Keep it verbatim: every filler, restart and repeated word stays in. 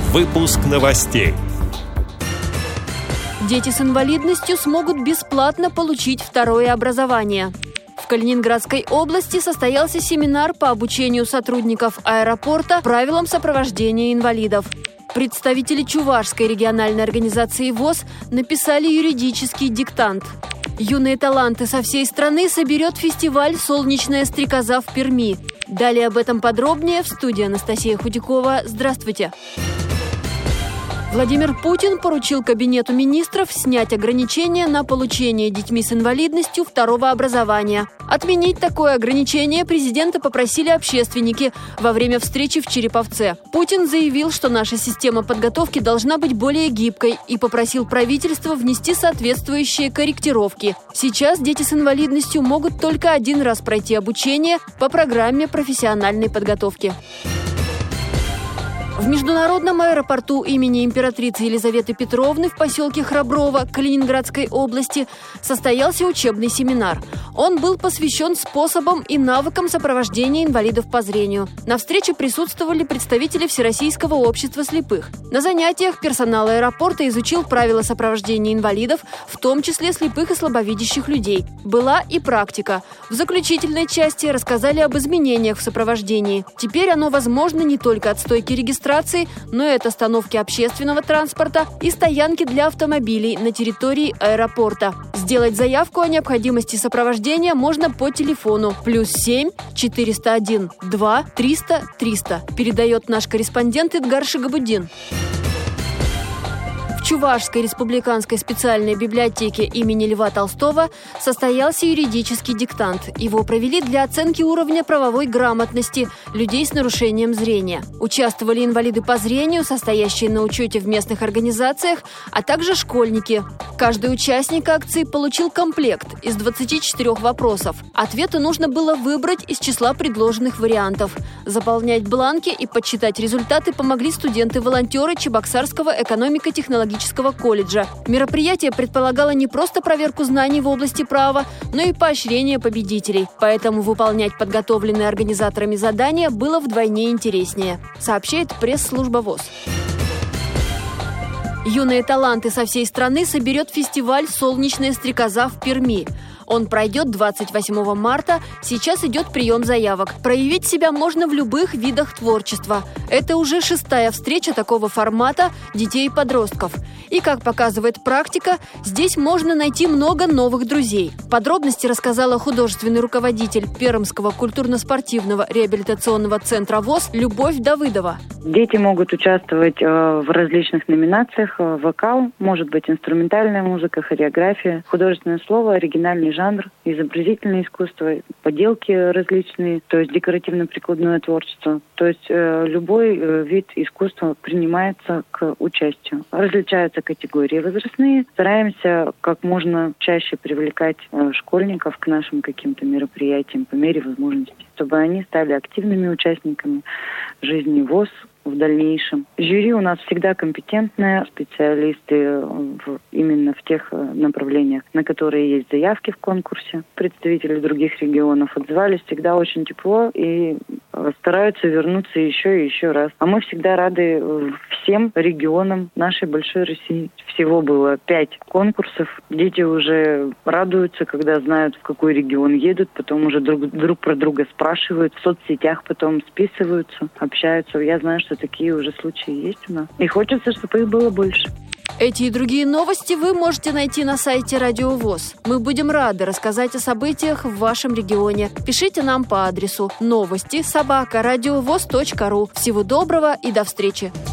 Выпуск новостей. Дети с инвалидностью смогут бесплатно получить второе образование. В Калининградской области состоялся семинар по обучению сотрудников аэропорта правилам сопровождения инвалидов. Представители Чувашской региональной организации ВОС написали юридический диктант. Юные таланты со всей страны соберет фестиваль «Солнечная стрекоза» в Перми. Далее об этом подробнее в студии Анастасия Худякова. Здравствуйте! Владимир Путин поручил Кабинету министров снять ограничения на получение детьми с инвалидностью второго образования. Отменить такое ограничение президента попросили общественники во время встречи в Череповце. Путин заявил, что наша система подготовки должна быть более гибкой и попросил правительство внести соответствующие корректировки. Сейчас дети с инвалидностью могут только один раз пройти обучение по программе профессиональной подготовки. В международном аэропорту имени императрицы Елизаветы Петровны в поселке Храброво Калининградской области состоялся учебный семинар. Он был посвящен способам и навыкам сопровождения инвалидов по зрению. На встрече присутствовали представители Всероссийского общества слепых. На занятиях персонал аэропорта изучил правила сопровождения инвалидов, в том числе слепых и слабовидящих людей. Была и практика. В заключительной части рассказали об изменениях в сопровождении. Теперь оно возможно не только от стойки регистрации, но и от остановки общественного транспорта и стоянки для автомобилей на территории аэропорта. Сделать заявку о необходимости сопровождения можно по телефону плюс семь четыреста один два триста триста, передает наш корреспондент Эдгар Шигабуддин. В Чувашской республиканской специальной библиотеке имени Льва Толстого состоялся юридический диктант. Его провели для оценки уровня правовой грамотности людей с нарушением зрения. Участвовали инвалиды по зрению, состоящие на учете в местных организациях, а также школьники. Каждый участник акции получил комплект из двадцати четырёх вопросов. Ответы нужно было выбрать из числа предложенных вариантов. Заполнять бланки и подсчитать результаты помогли студенты-волонтеры Чебоксарского экономико-технологического колледжа. Мероприятие предполагало не просто проверку знаний в области права, но и поощрение победителей. Поэтому выполнять подготовленные организаторами задания было вдвойне интереснее, сообщает пресс-служба ВОС. Юные таланты со всей страны соберет фестиваль «Солнечная стрекоза» в Перми. Он пройдет двадцать восьмого марта. Сейчас идет прием заявок. Проявить себя можно в любых видах творчества. Это уже шестая встреча такого формата детей и подростков. И, как показывает практика, здесь можно найти много новых друзей. Подробности рассказала художественный руководитель Пермского культурно-спортивного реабилитационного центра ВОС Любовь Давыдова. Дети могут участвовать э, в различных номинациях. Вокал, может быть инструментальная музыка, хореография, художественное слово, оригинальный жанр, изобразительное искусство, поделки различные, то есть декоративно-прикладное творчество. То есть э, любой э, вид искусства принимается к участию. Различаются категории возрастные. Стараемся как можно чаще привлекать э, школьников к нашим каким-то мероприятиям по мере возможности, чтобы они стали активными участниками жизни ВОС в дальнейшем. Жюри у нас всегда компетентные, специалисты в, именно в тех направлениях, на которые есть заявки в конкурсе. Представители других регионов отзывались всегда очень тепло и стараются вернуться еще и еще раз. А мы всегда рады всем регионам нашей большой России. Всего было пять конкурсов. Дети уже радуются, когда знают, в какой регион едут, потом уже друг, друг про друга спрашивают, в соцсетях потом списываются, общаются. Я знаю, что такие уже случаи есть у нас. И хочется, чтобы их было больше. Эти и другие новости вы можете найти на сайте Радио ВОС. Мы будем рады рассказать о событиях в вашем регионе. Пишите нам по адресу новости собака радиовос точка ру. Всего доброго и до встречи!